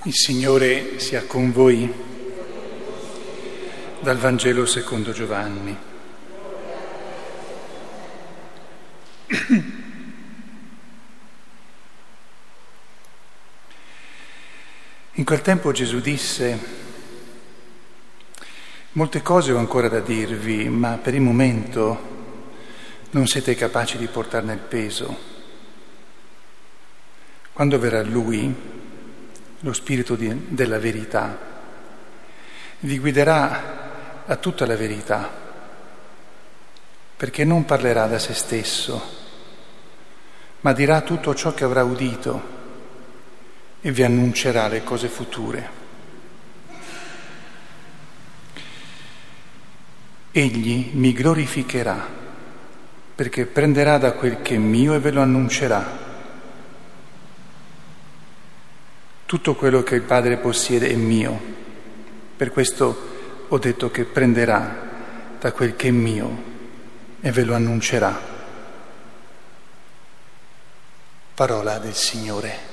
Il Signore sia con voi. Dal Vangelo secondo Giovanni. In quel tempo Gesù disse: molte cose ho ancora da dirvi, ma per il momento non siete capaci di portarne il peso. Quando verrà Lui, lo Spirito della verità, vi guiderà a tutta la verità, perché non parlerà da se stesso, ma dirà tutto ciò che avrà udito e vi annuncerà le cose future. Egli mi glorificherà, perché prenderà da quel che è mio e ve lo annuncerà. Tutto quello che il Padre possiede è mio, per questo ho detto che prenderà da quel che è mio e ve lo annuncerà. Parola del Signore.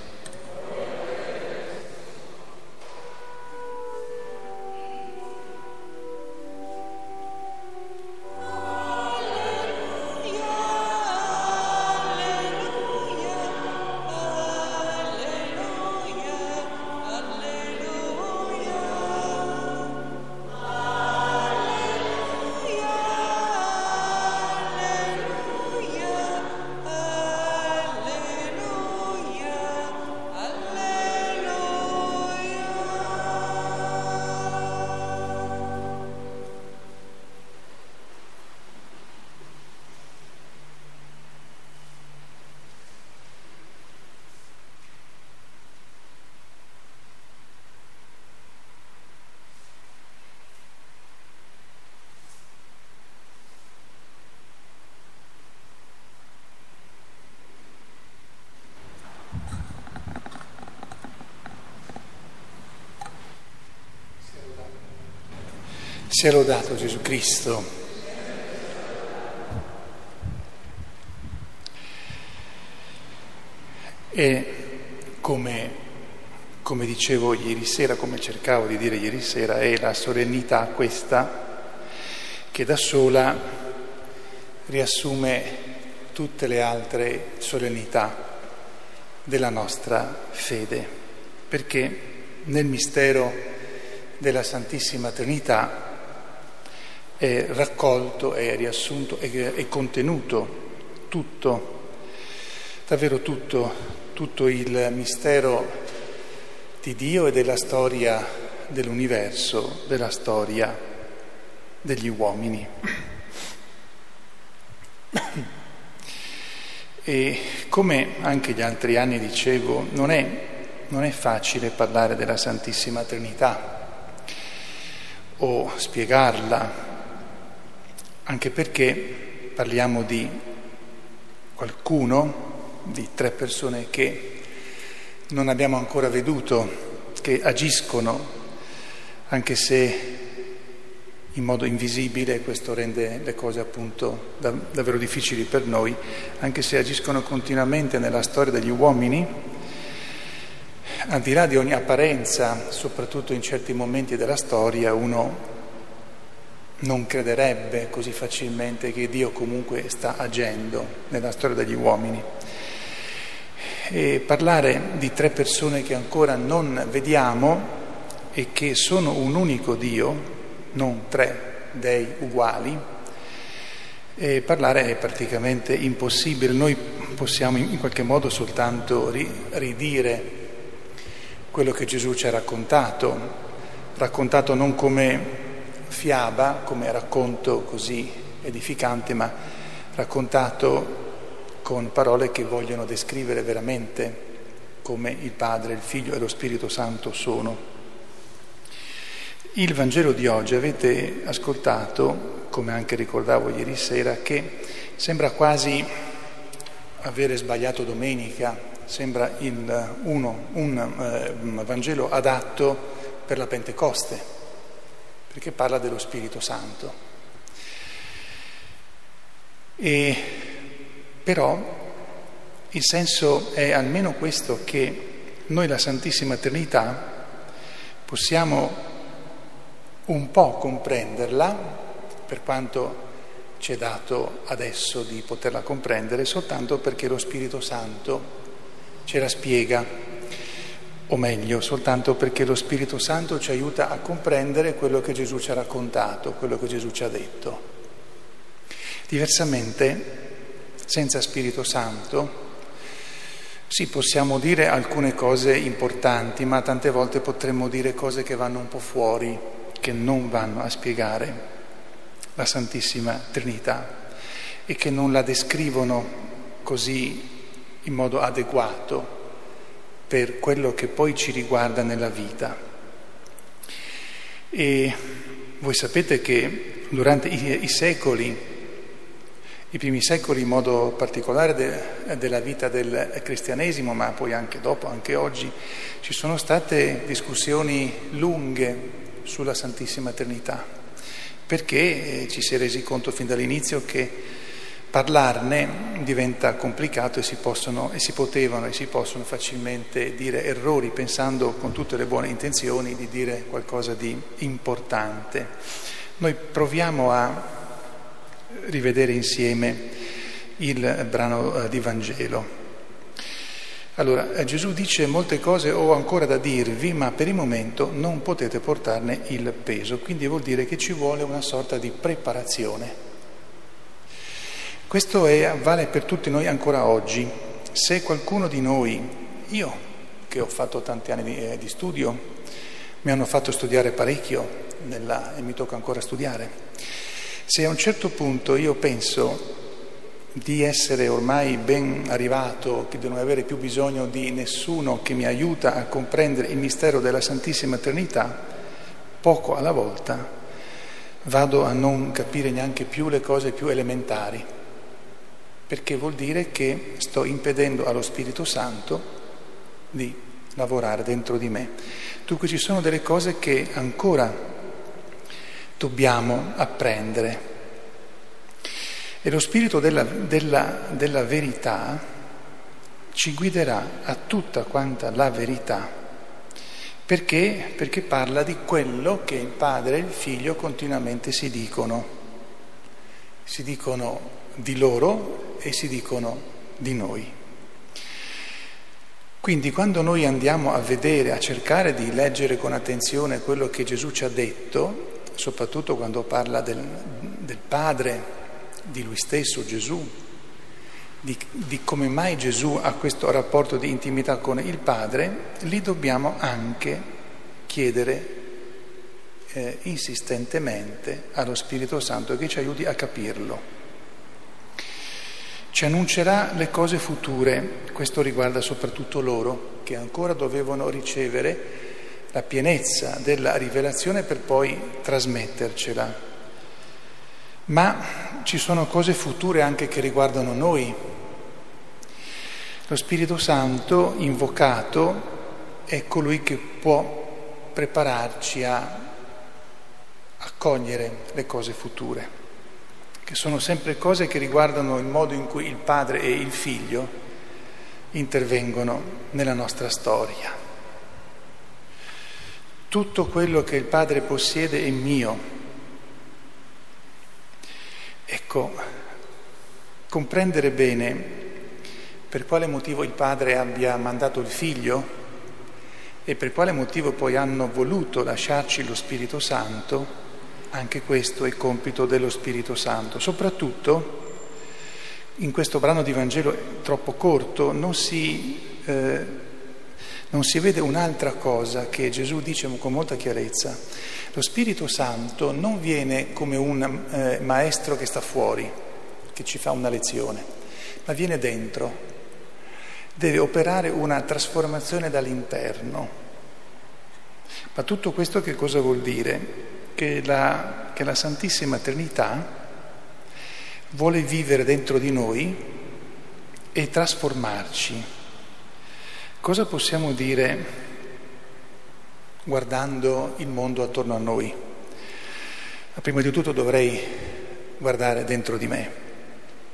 Sia lodato Gesù Cristo. E come dicevo ieri sera, come cercavo di dire ieri sera, è la solennità questa che da sola riassume tutte le altre solennità della nostra fede, perché nel mistero della Santissima Trinità è raccolto, è riassunto, è contenuto tutto, davvero tutto il mistero di Dio e della storia dell'universo, della storia degli uomini. E come anche gli altri anni dicevo, non è facile parlare della Santissima Trinità o spiegarla, anche perché parliamo di qualcuno, di tre persone che non abbiamo ancora veduto, che agiscono, anche se in modo invisibile, questo rende le cose appunto davvero difficili per noi, anche se agiscono continuamente nella storia degli uomini, al di là di ogni apparenza, soprattutto in certi momenti della storia, uno non crederebbe così facilmente che Dio comunque sta agendo nella storia degli uomini. E parlare di tre persone che ancora non vediamo e che sono un unico Dio, non tre dei uguali, parlare è praticamente impossibile. Noi possiamo in qualche modo soltanto ridire quello che Gesù ci ha raccontato non come fiaba, come racconto così edificante, ma raccontato con parole che vogliono descrivere veramente come il Padre, il Figlio e lo Spirito Santo sono. Il Vangelo di oggi avete ascoltato, come anche ricordavo ieri sera, che sembra quasi avere sbagliato domenica, sembra un Vangelo adatto per la Pentecoste, perché parla dello Spirito Santo. E però il senso è almeno questo, che noi la Santissima Trinità Possiamo un po' comprenderla, per quanto ci è dato adesso di poterla comprendere, soltanto perché lo Spirito Santo ce la spiega, o meglio, soltanto perché lo Spirito Santo ci aiuta a comprendere quello che Gesù ci ha raccontato, quello che Gesù ci ha detto. Diversamente, senza Spirito Santo, sì, possiamo dire alcune cose importanti, ma tante volte potremmo dire cose che vanno un po' fuori, che non vanno a spiegare la Santissima Trinità e che non la descrivono così in modo adeguato per quello che poi ci riguarda nella vita. E voi sapete che durante i secoli, i primi secoli in modo particolare della vita del cristianesimo, ma poi anche dopo, anche oggi, ci sono state discussioni lunghe sulla Santissima Trinità, perché ci si è resi conto fin dall'inizio che parlarne diventa complicato e si possono facilmente dire errori, pensando con tutte le buone intenzioni di dire qualcosa di importante. Noi proviamo a rivedere insieme il brano di Vangelo. Allora, Gesù dice molte cose ho ancora da dirvi, ma per il momento non potete portarne il peso, quindi vuol dire che ci vuole una sorta di preparazione. Questo vale per tutti noi ancora oggi. Se qualcuno di noi, io che ho fatto tanti anni di studio, mi hanno fatto studiare parecchio e mi tocca ancora studiare, se a un certo punto io penso di essere ormai ben arrivato, che di non avere più bisogno di nessuno che mi aiuta a comprendere il mistero della Santissima Trinità, poco alla volta vado a non capire neanche più le cose più elementari, perché vuol dire che sto impedendo allo Spirito Santo di lavorare dentro di me. Dunque ci sono delle cose che ancora dobbiamo apprendere. E lo Spirito della verità ci guiderà a tutta quanta la verità. Perché? Perché parla di quello che il Padre e il Figlio continuamente si dicono. Si dicono di loro e si dicono di noi. Quindi quando noi andiamo a vedere, a cercare di leggere con attenzione quello che Gesù ci ha detto, soprattutto quando parla del Padre, di lui stesso, Gesù, di come mai Gesù ha questo rapporto di intimità con il Padre, lì dobbiamo anche chiedere insistentemente allo Spirito Santo che ci aiuti a capirlo. Ci annuncerà le cose future, questo riguarda soprattutto loro, che ancora dovevano ricevere la pienezza della rivelazione per poi trasmettercela. Ma ci sono cose future anche che riguardano noi. Lo Spirito Santo invocato è colui che può prepararci a accogliere le cose future, che sono sempre cose che riguardano il modo in cui il Padre e il Figlio intervengono nella nostra storia. Tutto quello che il Padre possiede è mio. Ecco, comprendere bene per quale motivo il Padre abbia mandato il Figlio e per quale motivo poi hanno voluto lasciarci lo Spirito Santo, anche questo è compito dello Spirito Santo. Soprattutto in questo brano di Vangelo troppo corto non si vede un'altra cosa che Gesù dice con molta chiarezza. Lo Spirito Santo non viene come un maestro che sta fuori, che ci fa una lezione, ma viene dentro. Deve operare una trasformazione dall'interno. Ma tutto questo che cosa vuol dire? Che la Santissima Trinità vuole vivere dentro di noi e trasformarci. Cosa possiamo dire guardando il mondo attorno a noi? Prima di tutto dovrei guardare dentro di me,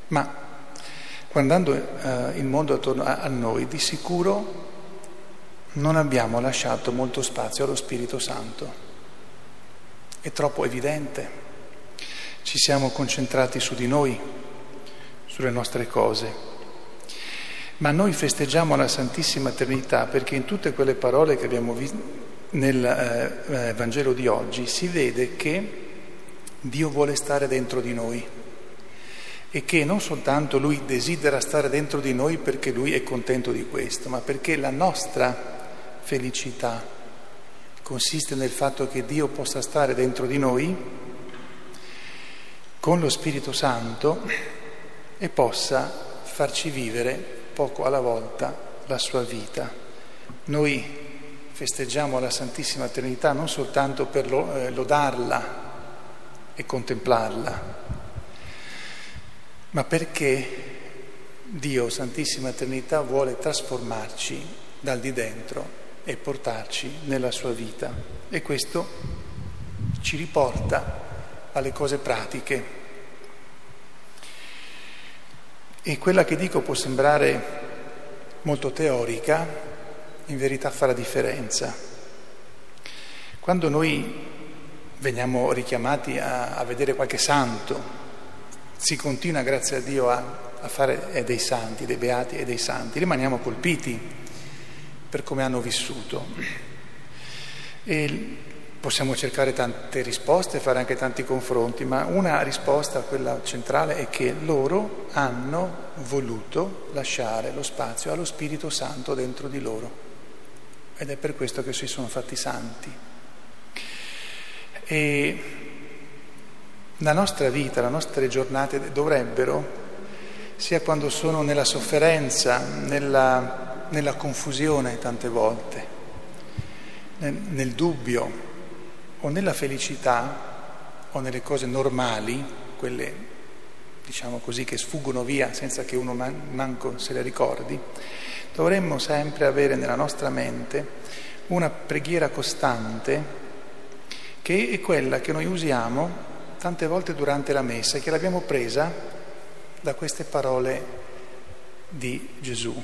ma guardando il mondo attorno a noi di sicuro non abbiamo lasciato molto spazio allo Spirito Santo. È troppo evidente. Ci siamo concentrati su di noi, sulle nostre cose. Ma noi festeggiamo la Santissima Trinità perché in tutte quelle parole che abbiamo visto nel Vangelo di oggi si vede che Dio vuole stare dentro di noi e che non soltanto Lui desidera stare dentro di noi perché Lui è contento di questo, ma perché la nostra felicità consiste nel fatto che Dio possa stare dentro di noi con lo Spirito Santo e possa farci vivere poco alla volta la sua vita. Noi festeggiamo la Santissima Trinità non soltanto per lodarla e contemplarla, ma perché Dio, Santissima Trinità, vuole trasformarci dal di dentro e portarci nella sua vita. E questo ci riporta alle cose pratiche. E quella che dico può sembrare molto teorica, in verità fa la differenza. Quando noi veniamo richiamati a vedere qualche santo, si continua, grazie a Dio, a fare dei santi, dei beati e dei santi, rimaniamo colpiti per come hanno vissuto. E possiamo cercare tante risposte, fare anche tanti confronti, ma una risposta, quella centrale, è che loro hanno voluto lasciare lo spazio allo Spirito Santo dentro di loro. Ed è per questo che si sono fatti santi. E la nostra vita, le nostre giornate dovrebbero, sia quando sono nella sofferenza, nella confusione tante volte, nel dubbio o nella felicità o nelle cose normali, quelle diciamo così che sfuggono via senza che uno manco se le ricordi, dovremmo sempre avere nella nostra mente una preghiera costante che è quella che noi usiamo tante volte durante la messa e che l'abbiamo presa da queste parole di Gesù.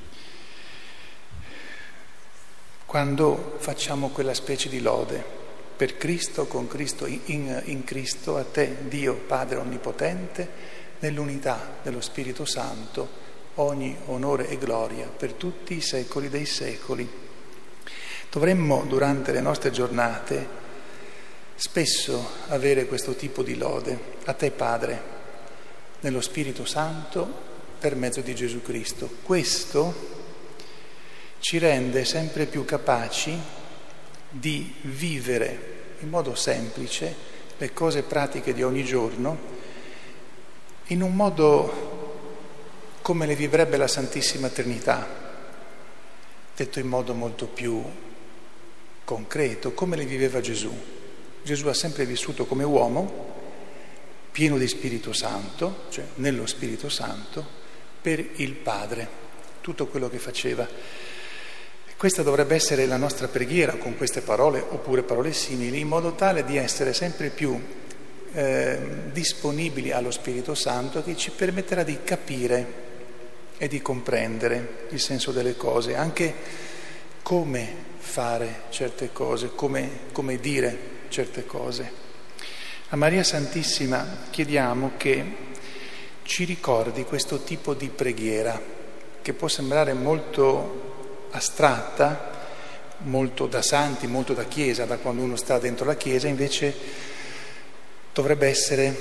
Quando facciamo quella specie di lode, per Cristo, con Cristo, in Cristo, a te, Dio Padre Onnipotente, nell'unità dello Spirito Santo, ogni onore e gloria per tutti i secoli dei secoli. Dovremmo durante le nostre giornate spesso avere questo tipo di lode. A te Padre, nello Spirito Santo, per mezzo di Gesù Cristo. Questo ci rende sempre più capaci di vivere in modo semplice le cose pratiche di ogni giorno in un modo come le vivrebbe la Santissima Trinità, detto in modo molto più concreto, come le viveva Gesù. Gesù ha sempre vissuto come uomo, pieno di Spirito Santo, cioè nello Spirito Santo, per il Padre, tutto quello che faceva. Questa dovrebbe essere la nostra preghiera con queste parole, oppure parole simili, in modo tale di essere sempre più disponibili allo Spirito Santo, che ci permetterà di capire e di comprendere il senso delle cose, anche come fare certe cose, come dire certe cose. A Maria Santissima chiediamo che ci ricordi questo tipo di preghiera, che può sembrare molto astratta, molto da santi, molto da Chiesa, da quando uno sta dentro la Chiesa, invece dovrebbe essere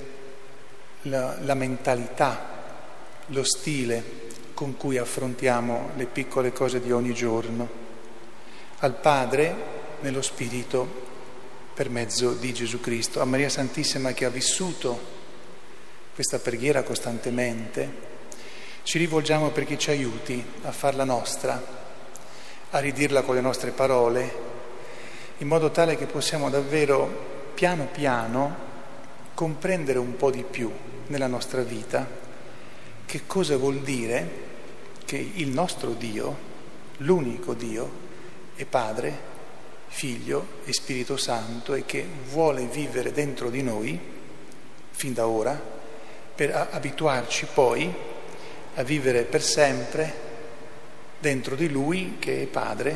la mentalità, lo stile con cui affrontiamo le piccole cose di ogni giorno. Al Padre nello Spirito per mezzo di Gesù Cristo. A Maria Santissima, che ha vissuto questa preghiera costantemente, ci rivolgiamo perché ci aiuti a farla nostra, a ridirla con le nostre parole, in modo tale che possiamo davvero piano piano comprendere un po' di più nella nostra vita che cosa vuol dire che il nostro Dio, l'unico Dio, è Padre, Figlio e Spirito Santo, e che vuole vivere dentro di noi fin da ora per abituarci poi a vivere per sempre dentro di Lui che è Padre,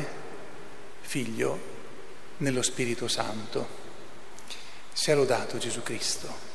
Figlio, nello Spirito Santo. Sia lodato Gesù Cristo.